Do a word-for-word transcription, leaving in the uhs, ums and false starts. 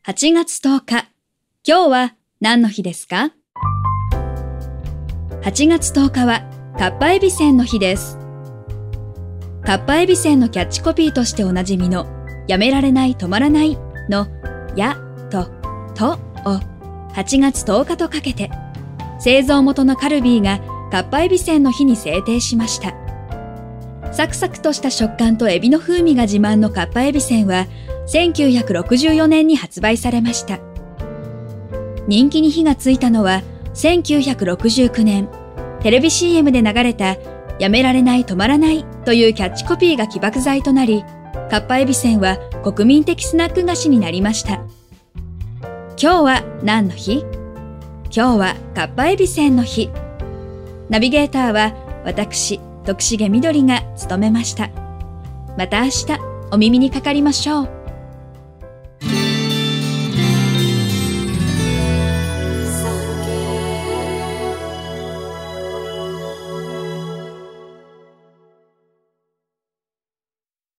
はちがつとおか、今日は何の日ですか？ はち 月とおかはかっぱえびせんの日です。かっぱえびせんのキャッチコピーとしておなじみのやめられない止まらないのやととをはちがつとおかとかけて、製造元のカルビーがかっぱえびせんの日に制定しました。サクサクとした食感とエビの風味が自慢のかっぱえびせんはせんきゅうひゃくろくじゅうよねんに発売されました。人気に火がついたのはせんきゅうひゃくろくじゅうきゅうねん、テレビ シーエム で流れたやめられない止まらないというキャッチコピーが起爆剤となり、かっぱえびせんは国民的スナック菓子になりました。今日は何の日？今日はかっぱえびせんの日。ナビゲーターは私、徳重みどりが務めました。また明日お耳にかかりましょう。